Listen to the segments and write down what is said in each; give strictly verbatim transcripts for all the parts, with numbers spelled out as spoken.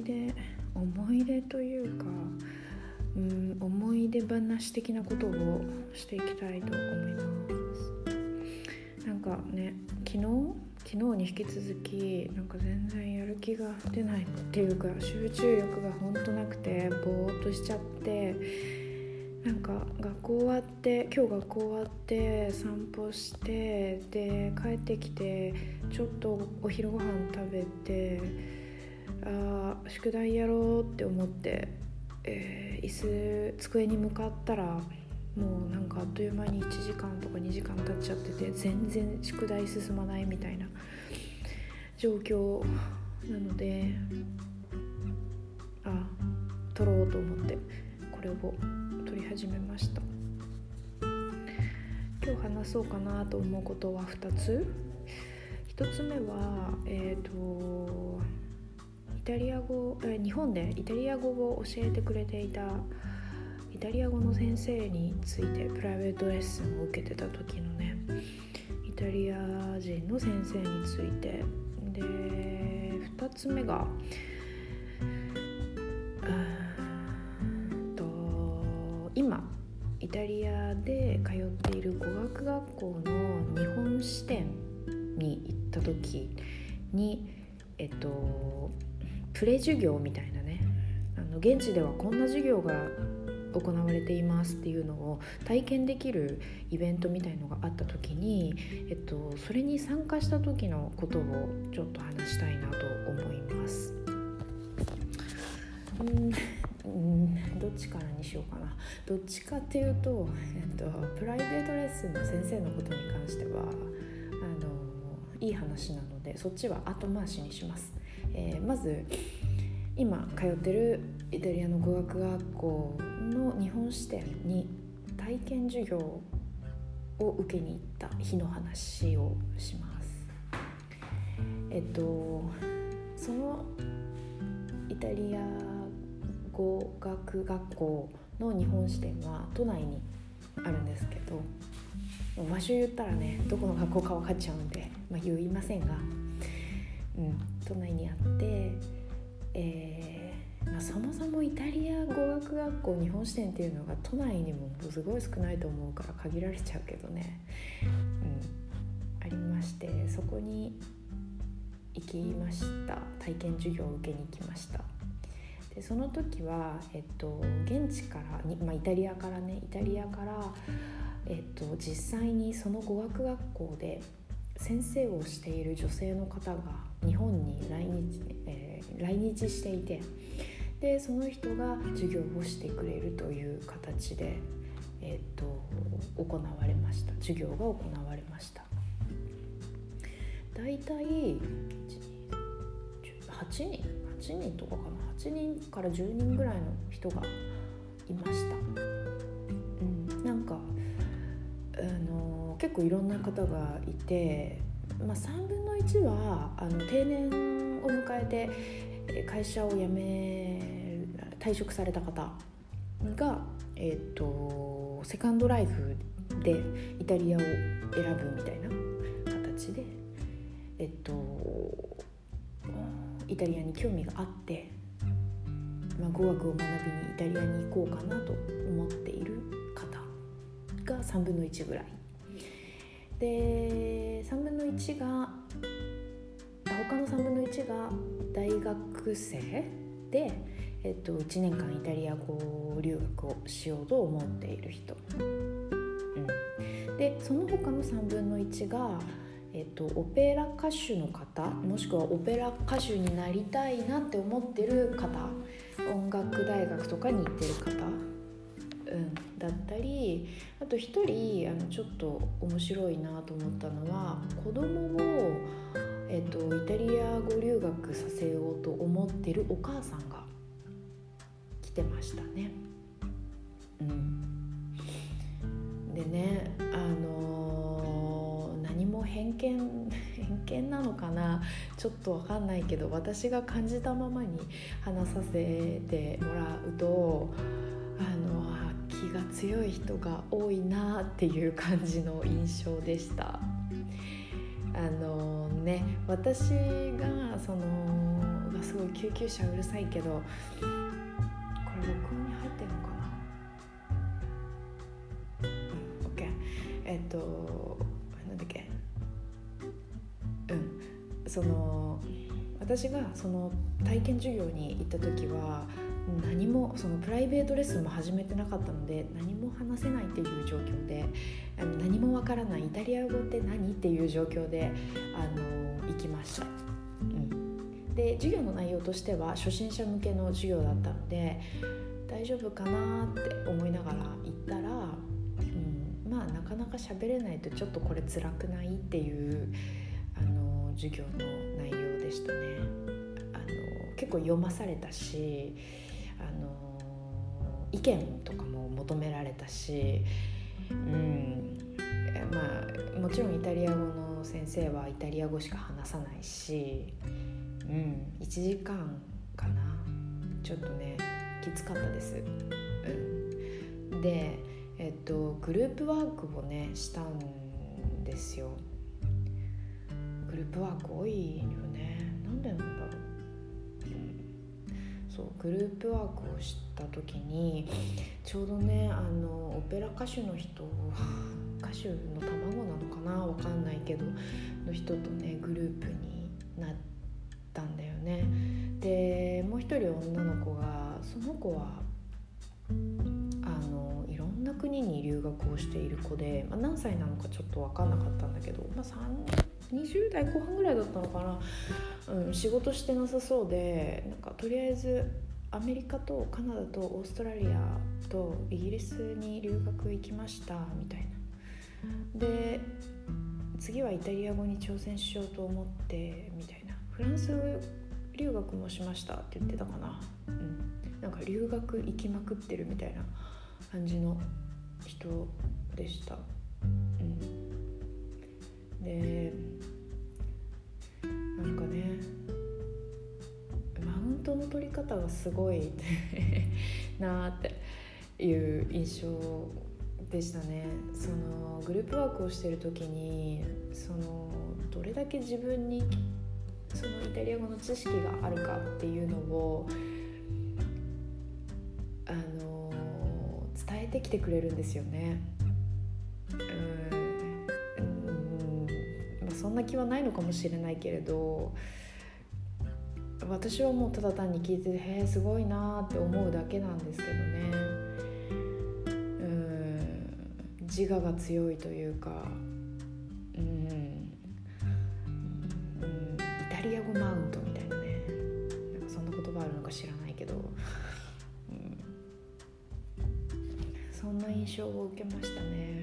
出思い出というか、うん、思い出話的なことをしていきたいと思います。なんかね、昨日昨日に引き続きなんか全然やる気が出ないっていうか、集中力がほんとなくてぼーっとしちゃって、なんか学校終わって今日学校終わって散歩して、で帰ってきてちょっとお昼ご飯食べて、あ宿題やろうって思って、えー、椅子机に向かったらもうなんかあっという間にいちじかんとかにじかん経っちゃってて、全然宿題進まないみたいな状況なので、あ撮ろうと思ってこれを撮り始めました。今日話そうかなと思うことはふたつ。ひとつめはえっとイタリア語、え日本でイタリア語を教えてくれていたイタリア語の先生について、プライベートレッスンを受けてた時のね、イタリア人の先生についてで、ふたつめがと今イタリアで通っている語学学校の日本支店に行った時に、えっとプレ授業みたいなね、あの現地ではこんな授業が行われていますっていうのを体験できるイベントみたいのがあった時に、えっと、それに参加した時のことをちょっと話したいなと思います。うん、うん、どっちからにしようかな。どっちかっていうと、えっと、プライベートレッスンの先生のことに関してはあのいい話なので、そっちは後回しにします。えー、まず今通ってるイタリアの語学学校の日本支店に体験授業を受けに行った日の話をします。えっとそのイタリア語学学校の日本支店は都内にあるんですけど、場所言ったらねどこの学校か分かっちゃうんで、まあ、言いませんが、うん、都内にあって、えーまあ、そもそもイタリア語学学校日本支店っていうのが都内にもすごい少ないと思うから限られちゃうけどね、うん、ありまして、そこに行きました。体験授業を受けに行きました。でその時は、えっと、現地からに、まあ、イタリアからねイタリアから、えっと、実際にその語学学校で先生をしている女性の方が日本に来日、えー、来日していて、でその人が授業をしてくれるという形で、えー、と行われました。授業が行われました。だいたいはちにんはちにんとかかな、はちにんからじゅうにんぐらいの人がいました。うん、なんかあの結構いろんな方がいて、まあ、さんぶんのいちはあの定年を迎えて会社を辞め退職された方が、えー、とセカンドライフでイタリアを選ぶみたいな形で、えっと、イタリアに興味があって、まあ、語学を学びにイタリアに行こうかなと思っている方がさんぶんのいちぐらいで、さんぶんのいちが他のさんぶんのいちが大学生で、えっと、いちねんかんイタリア語留学をしようと思っている人、うん、でその他のさんぶんのいちが、えっと、オペラ歌手の方、もしくはオペラ歌手になりたいなって思ってる方、音楽大学とかに行ってる方、うん、だったり、あと一人あのちょっと面白いなと思ったのは、子供を、えっと、イタリア語留学させようと思ってるお母さんが来てましたね。うん、でね、あのー、何も偏見偏見なのかな、ちょっとわかんないけど、私が感じたままに話させてもらうと、あの気が強い人が多いなっていう感じの印象でした。あのね、私がその今すごい救急車うるさいけど、これ録音に入ってるのかな。うん、OK。えっとなんだっけ、うんその私がその体験授業に行った時は何もそのプライベートレッスンも始めてなかったので何も話せないっていう状況で、あの何もわからないイタリア語って何っていう状況であの行きました。うん、で授業の内容としては初心者向けの授業だったので大丈夫かなって思いながら行ったら、うん、まあなかなか喋れないとちょっとこれ辛くないっていうあの授業の内容でしたね。あの結構読まされたし、あの意見とかも求められたし、うんまあ、もちろんイタリア語の先生はイタリア語しか話さないし、うん、いちじかんかな、ちょっとねきつかったです。うん、で、えっと、グループワークをねしたんですよ。グループワーク多いよね。なんでなんだろう。そうグループワークをした時にちょうどねあのオペラ歌手の人歌手の卵なのかなわかんないけどの人とねグループになったんだよね。でもう一人女の子がその子はあのいろんな国に留学をしている子で、まあ、何歳なのかちょっと分かんなかったんだけど、まあ、にじゅう代後半ぐらいだったのかな、うん、仕事してなさそうでなんかとりあえずアメリカとカナダとオーストラリアとイギリスに留学行きましたみたいな。で次はイタリア語に挑戦しようと思ってみたいな。フランス留学もしましたって言ってたかな、うん、なんか留学行きまくってるみたいな感じの人でした、うん、でなんかねマウントの取り方がすごいなっていう印象でしたね。そのグループワークをしてる時にそのどれだけ自分にそのイタリア語の知識があるかっていうのをあの伝えてきてくれるんですよね。うーん、うん、まあ、そんな気はないのかもしれないけれど私はもうただ単に聞いててへえすごいなって思うだけなんですけどね。うーん自我が強いというか、うん、うん、イタリア語マウントみたいなね、なんかそんな言葉あるのか知らないけど、うん、そんな印象を受けましたね。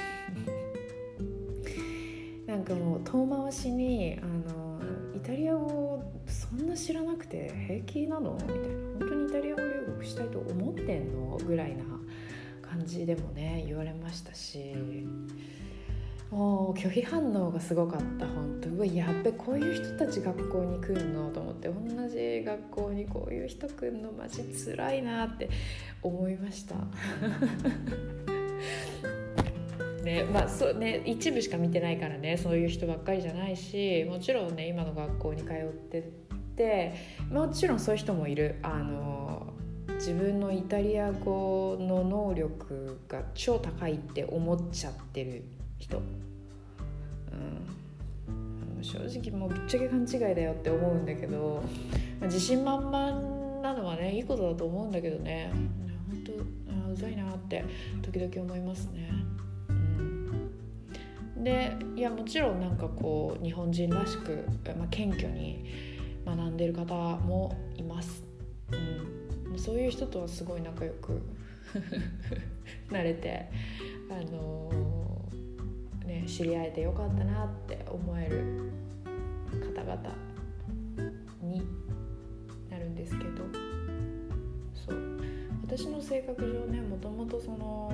なんかもう遠回しにあのイタリア語そんな知らなくて平気なのみたいな、本当にイタリア語留学したいと思ってんのぐらいな感じでもね言われましたし、もう拒否反応がすごかった。本当うわやっべこういう人たち学校に来るのと思って、同じ学校にこういう人来るのマジ辛いなって思いましたね、まあそうね、一部しか見てないからねそういう人ばっかりじゃないし、もちろんね今の学校に通っててもちろんそういう人もいる。あの自分のイタリア語の能力が超高いって思っちゃってる人、うん、正直もうぶっちゃけ勘違いだよって思うんだけど、まあ、自信満々なのはねいいことだと思うんだけどね、本当あうざいなって時々思いますね。でいやもちろんなんかこう日本人らしく、まあ、謙虚に学んでる方もいます、うん、そういう人とはすごい仲良くなれて、あのーね、知り合えてよかったなって思える方々になるんですけど、そう私の性格上ねもともとその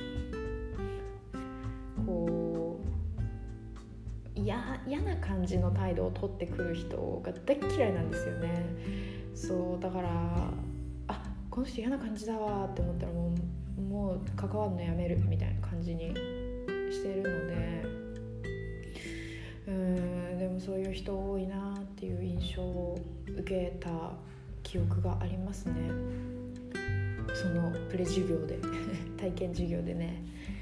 こう嫌な感じの態度を取ってくる人が大嫌いなんですよね。そうだからあこの人嫌な感じだわって思ったらもう、もう関わるのやめるみたいな感じにしてるので、 うーんでもそういう人多いなっていう印象を受けた記憶がありますね。そのプレ授業で体験授業でね。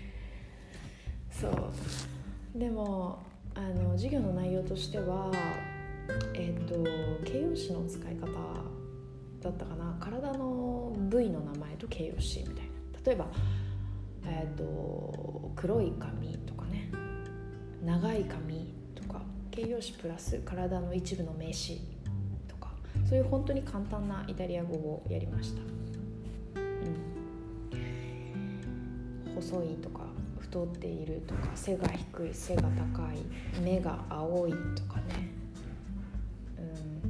そうでもあの授業の内容としてはえっと形容詞の使い方だったかな。体の部位の名前と形容詞みたいな。例えば、えっと黒い髪とかね、長い髪とか、形容詞プラス体の一部の名詞とか、そういう本当に簡単なイタリア語をやりました。うん、細いとか太っているとか、背が低い、背が高い、目が青いとかね、うん、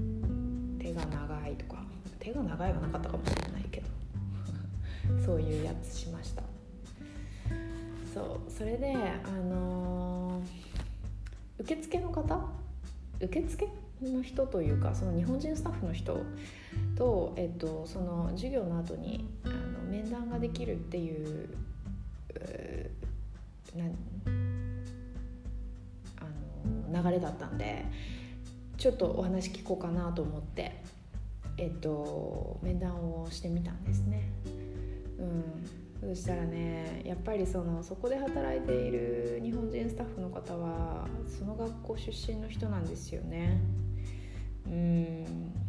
手が長いとか、手が長いはなかったかもしれないけどそういうやつしました。そうそれであのー、受付の方受付の人というか、その日本人スタッフの人と、えっと、その授業の後にあの面談ができるっていう、うなあの流れだったんで、ちょっとお話聞こうかなと思って、えっと、面談をしてみたんですね。うん、そしたらね、やっぱりそのそこで働いている日本人スタッフの方はその学校出身の人なんですよね。うん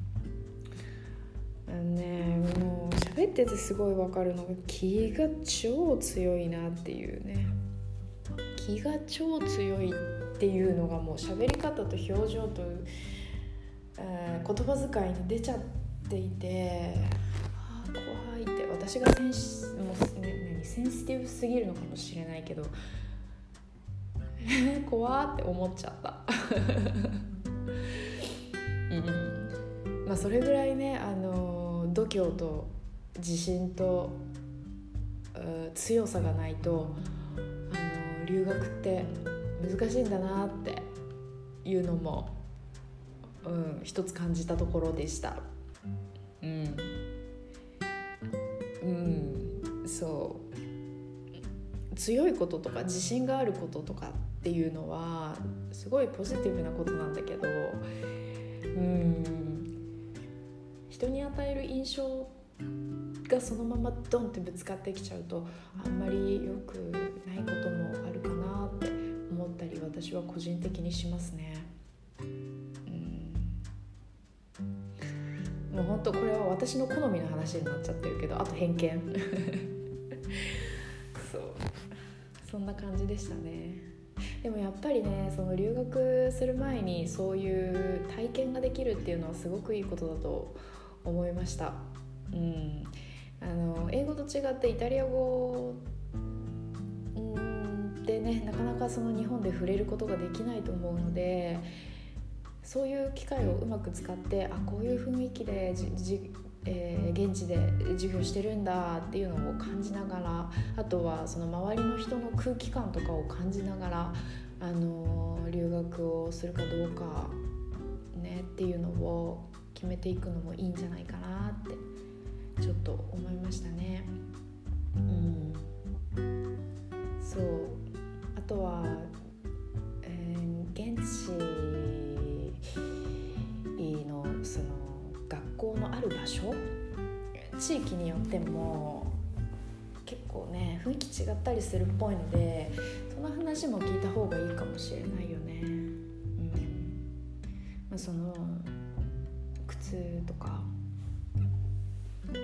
あのね、もう喋っててすごい分かるのが、気が超強いなっていうね。気が超強いっていうのがもう喋り方と表情と、えー、言葉遣いに出ちゃっていて、あー怖いって。私がセンシ、もう、ね、何センシティブすぎるのかもしれないけど怖って思っちゃったうんまあ、それぐらいね、あの度胸と自信と強さがないと、あの留学って難しいんだなっていうのも、うん、一つ感じたところでした。うん、うん、そう強いこととか自信があることとかっていうのはすごいポジティブなことなんだけど、うん、人に与える印象がそのままドンってぶつかってきちゃうと、あんまり良くないこともあるかなって思ったり、私は個人的にしますね。もう本当これは私の好みの話になっちゃってるけど、あと偏見そうそんな感じでしたね。でもやっぱりね、その留学する前にそういう体験ができるっていうのはすごくいいことだと思いました。うん、あの英語と違ってイタリア語でね、なかなかその日本で触れることができないと思うので、そういう機会をうまく使って、あ、こういう雰囲気でじじ、えー、現地で授業してるんだっていうのを感じながら、あとはその周りの人の空気感とかを感じながら、あのー、留学をするかどうかねっていうのを決めていくのもいいんじゃないかなってちょっと思いましたね。うん、そうあとは、えー、現地のその学校のある場所、地域によっても結構ね雰囲気違ったりするっぽいので、その話も聞いた方がいいかもしれないよね。うん、まあ、その靴とか、うん、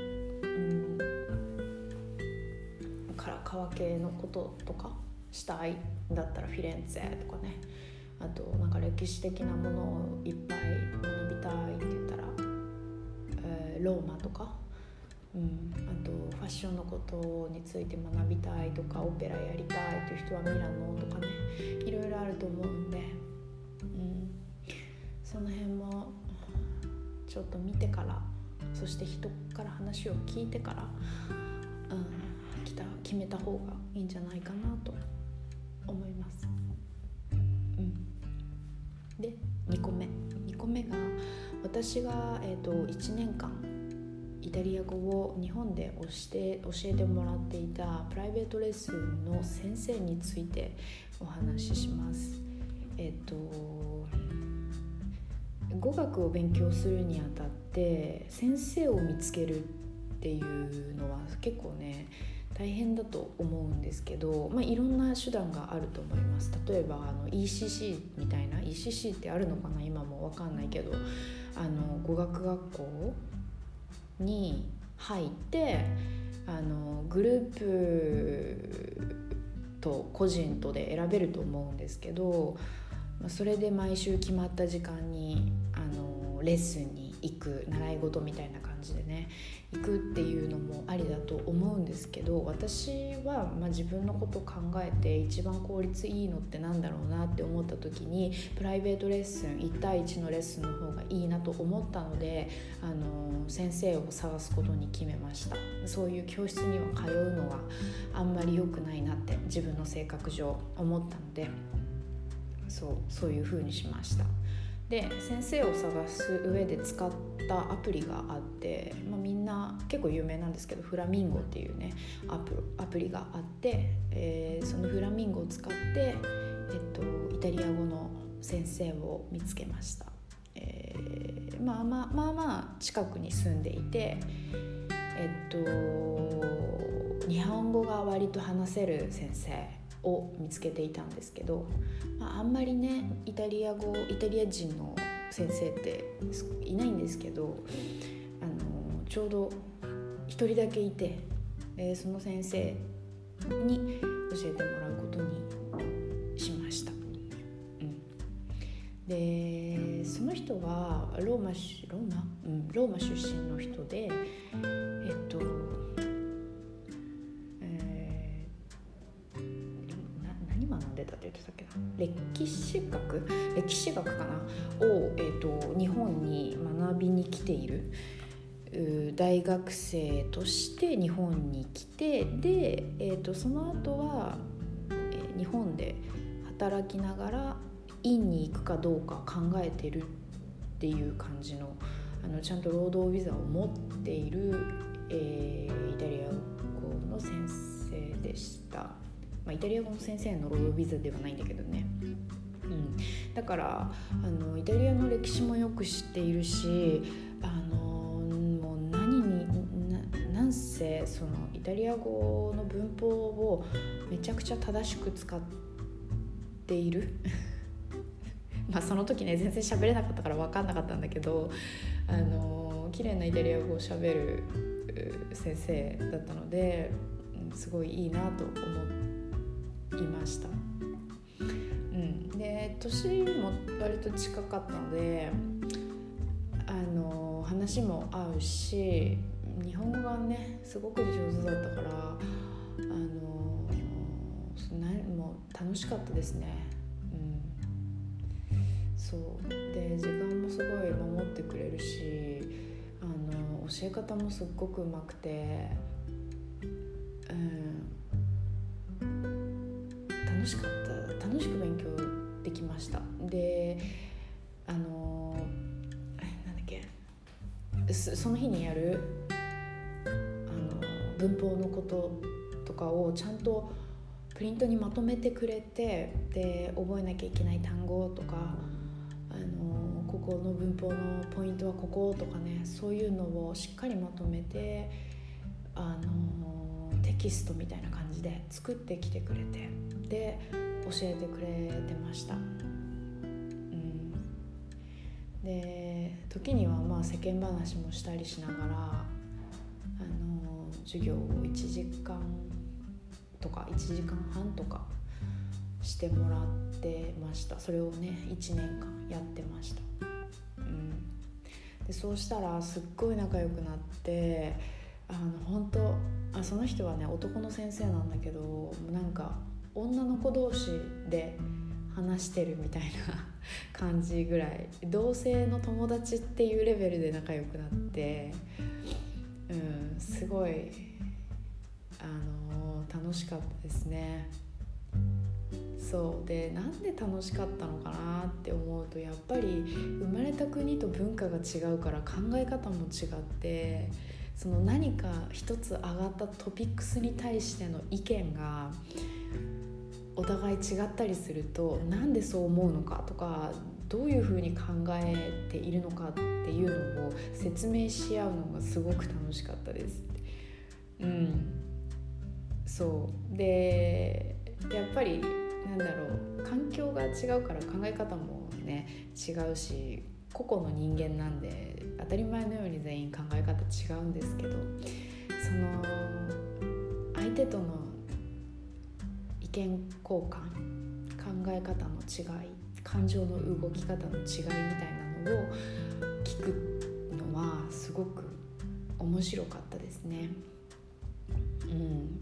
から川系のこととかしたいんだったらフィレンツェとかね、あとなんか歴史的なものをいっぱい学びたいって言ったら、えー、ローマとか、うん、あとファッションのことについて学びたいとか、オペラやりたいという人はミラノとかね、いろいろあると思うんで、うん、その辺もちょっと見てから、そして人から話を聞いてから、うん、来た決めた方がいいんじゃないかなと思います。でにこめにこめが、私が、えーと、いちねんかんイタリア語を日本で教え、教えてもらっていたプライベートレッスンの先生についてお話しします。 えっと語学を勉強するにあたって先生を見つけるっていうのは結構ね大変だと思うんですけど、まあ、いろんな手段があると思います。例えばあの イーシーシー みたいな イーシーシー ってあるのかな、今も分かんないけど、あの語学学校に入ってあのグループと個人とで選べると思うんですけど、それで毎週決まった時間にあのレッスンに行く、習い事みたいな感じでね行くっていうのもありだと思うんですけど、私はまあ自分のことを考えて一番効率いいのってなんだろうなって思った時に、プライベートレッスンいち対いちのレッスンの方がいいなと思ったので、あの先生を探すことに決めました。そういう教室には通うのはあんまり良くないなって自分の性格上思ったので、そう、そういう風にしました。で、先生を探す上で使ったアプリがあって、まあ、みんな結構有名なんですけど、フラミンゴっていうねアプ、アプリがあって、えー、そのフラミンゴを使って、えっと、イタリア語の先生を見つけました。えー、まあまあまあまあ近くに住んでいて、えっと日本語が割と話せる先生を見つけていたんですけど、まあ、あんまりねイタリア語イタリア人の先生っていないんですけど、あのちょうど一人だけいて、でその先生に教えてもらうことにしました。うん、でその人はローマローマ、うん、ローマ出身の人で、えっとだって言ってたっけな、歴史学歴史学かなを、えーと、日本に学びに来ている大学生として日本に来て、で、えーと、その後は、えー、日本で働きながら院に行くかどうか考えてるっていう感じの、あのちゃんと労働ビザを持っている、えー、イタリア語の先生でした。まあ、イタリア語の先生の労働ビザではないんだけどね、うん、だからあのイタリアの歴史もよく知っているし、あのもう何に な, なんせそのイタリア語の文法をめちゃくちゃ正しく使っているまあその時ね全然喋れなかったから分かんなかったんだけど、あの綺麗なイタリア語を喋る先生だったので、すごいいいなと思っていました。うん、で年も割と近かったので、あの話も合うし、日本語がねすごく上手だったから、あのなもう楽しかったですね。うん、そうで時間もすごい守ってくれるし、あの教え方もすっごくうまくて、うん楽しかった楽しく勉強できました。で、あのなんだっけその日にやるあの文法のこととかをちゃんとプリントにまとめてくれて、で覚えなきゃいけない単語とか、あのここの文法のポイントはこことかね、そういうのをしっかりまとめて、あのテキストみたいな感じで作ってきてくれて、で教えてくれてました。うん、で時にはまあ世間話もしたりしながら、あの授業をいちじかんとかいちじかんはんとかしてもらってました。それをねいちねんかんやってました。うん、でそうしたらすっごい仲良くなって、あの本当あその人はね男の先生なんだけど、なんか女の子同士で話してるみたいな感じぐらい、同性の友達っていうレベルで仲良くなって、うん、すごいあの楽しかったですね。そうで、なんで楽しかったのかなって思うと、やっぱり生まれた国と文化が違うから考え方も違って、その何か一つ上がったトピックスに対しての意見がお互い違ったりするとなんでそう思うのかとかどういうふうに考えているのかっていうのを説明し合うのがすごく楽しかったです。うん、そうでやっぱりなんだろう環境が違うから考え方もね違うし個々の人間なんで当たり前のように全員考え方違うんですけどその相手との意見交換考え方の違い感情の動き方の違いみたいなのを聞くのはすごく面白かったですね。うん、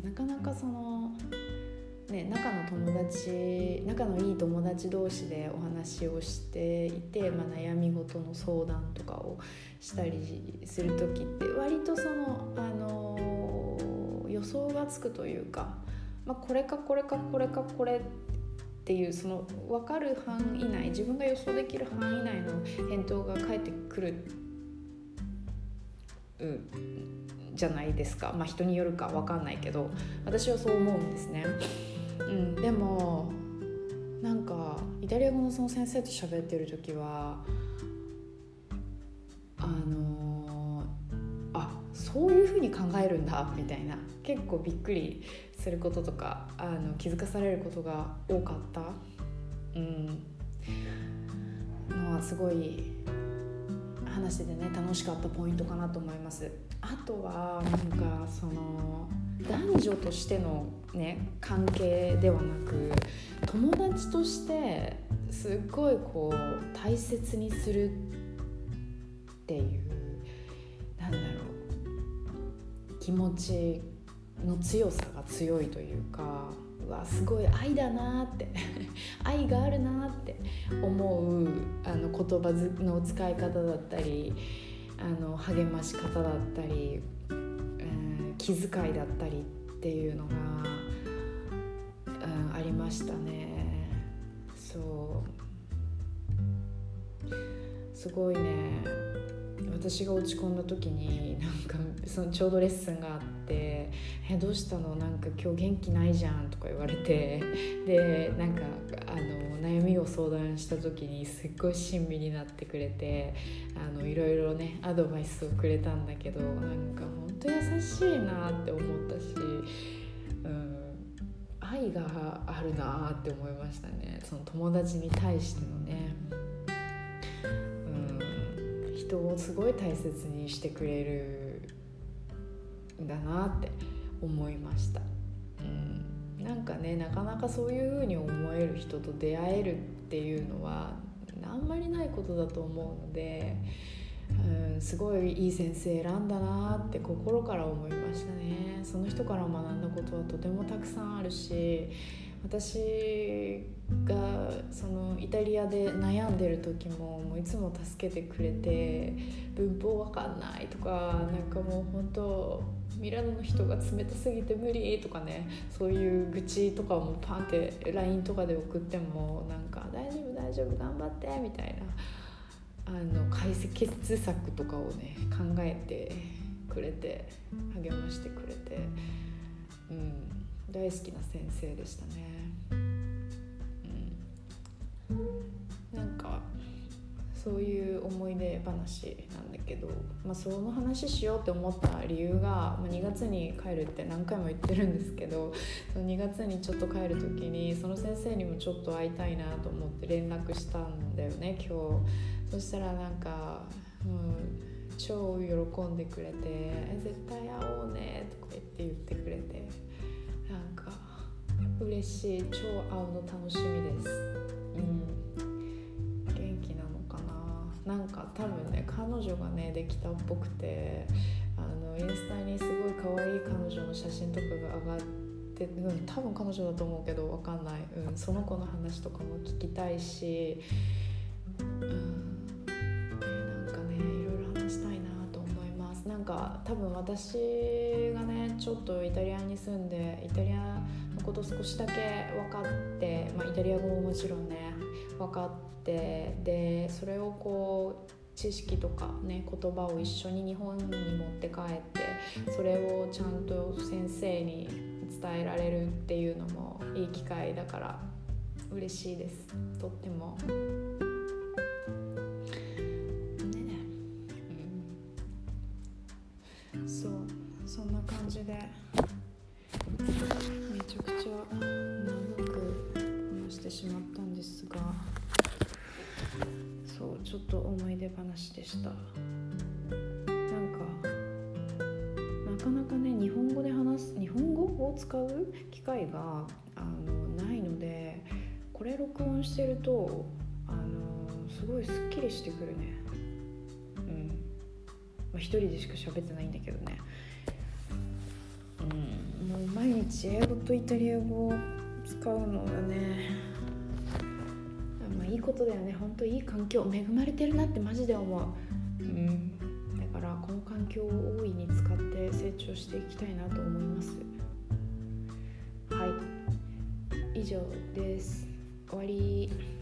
なかなかそのね、仲の友達仲のいい友達同士でお話をしていて、まあ、悩み事の相談とかをしたりする時って割とその、あのー、予想がつくというか、まあ、これかこれかこれかこれっていうその分かる範囲内自分が予想できる範囲内の返答が返ってくる、うん、じゃないですか。まあ人によるか分かんないけど私はそう思うんですね。うん、でもなんかイタリア語のその先生と喋ってる時はあのー、あそういう風に考えるんだみたいな結構びっくりすることとかあの気づかされることが多かった、うん、のはすごい話しててね楽しかったポイントかなと思います。あとはなんかその男女としてのね関係ではなく友達としてすっごいこう大切にするっていうなんだろう気持ちの強さが強いというかうわすごい愛だなって愛があるなって思うあの言葉の使い方だったりあの励まし方だったり、えー、気遣いだったりっていうのが、うん、ありましたね。そうすごいね私が落ち込んだ時になんかそのちょうどレッスンがあってえどうしたのなんか今日元気ないじゃんとか言われてでなんかあの悩みを相談した時にすっごい親身になってくれてあのいろいろねアドバイスをくれたんだけどなんか本当優しいなって思ったし、うん、愛があるなって思いましたね。その友達に対してのね人をすごい大切にしてくれるんだなって思いました、うん、なんかねなかなかそういう風に思える人と出会えるっていうのはあんまりないことだと思うので、うん、すごいいい先生選んだなって心から思いましたね。その人から学んだことはとてもたくさんあるし私がそのイタリアで悩んでる時も、もういつも助けてくれて文法わかんないとかなんかもう本当ミラノの人が冷たすぎて無理とかねそういう愚痴とかをもうパンって ライン とかで送ってもなんか大丈夫大丈夫頑張ってみたいなあの解決策とかをね考えてくれて励ましてくれて、うん大好きな先生でしたね、うん、なんかそういう思い出話なんだけど、まあ、その話しようって思った理由が、まあ、にがつに帰るって何回も言ってるんですけどそのにがつにちょっと帰る時にその先生にもちょっと会いたいなと思って連絡したんだよね今日。そしたらなんか、うん、超喜んでくれて絶対会おうねとか言って言ってくれてなんか嬉しい超会うの楽しみです、うん、元気なのかな。なんか多分ね彼女がねできたっぽくてあのインスタにすごい可愛い彼女の写真とかが上がって、うん、多分彼女だと思うけどわかんない、うん、その子の話とかも聞きたいし、うん、なんかねいろいろ話したいなと思います。なんか多分私がねちょっとイタリアに住んでイタリアのこと少しだけ分かって、まあ、イタリア語ももちろんね分かってでそれをこう知識とかね言葉を一緒に日本に持って帰ってそれをちゃんと先生に伝えられるっていうのもいい機会だから嬉しいです。とってもね、うん、そうそんな感じでめちゃくちゃ長く話してしまったんですが、そうちょっと思い出話でした。なんかなかなかね日本語で話す日本語を使う機会があのないので、これ録音してるとあのすごいスッキリしてくるね。うん、まあ、一人でしか喋ってないんだけどね。うん、もう毎日英語とイタリア語を使うのがね、まあいいことだよね。本当いい環境、恵まれてるなってマジで思う。うん、だからこの環境を大いに使って成長していきたいなと思います。はい、以上です。終わり。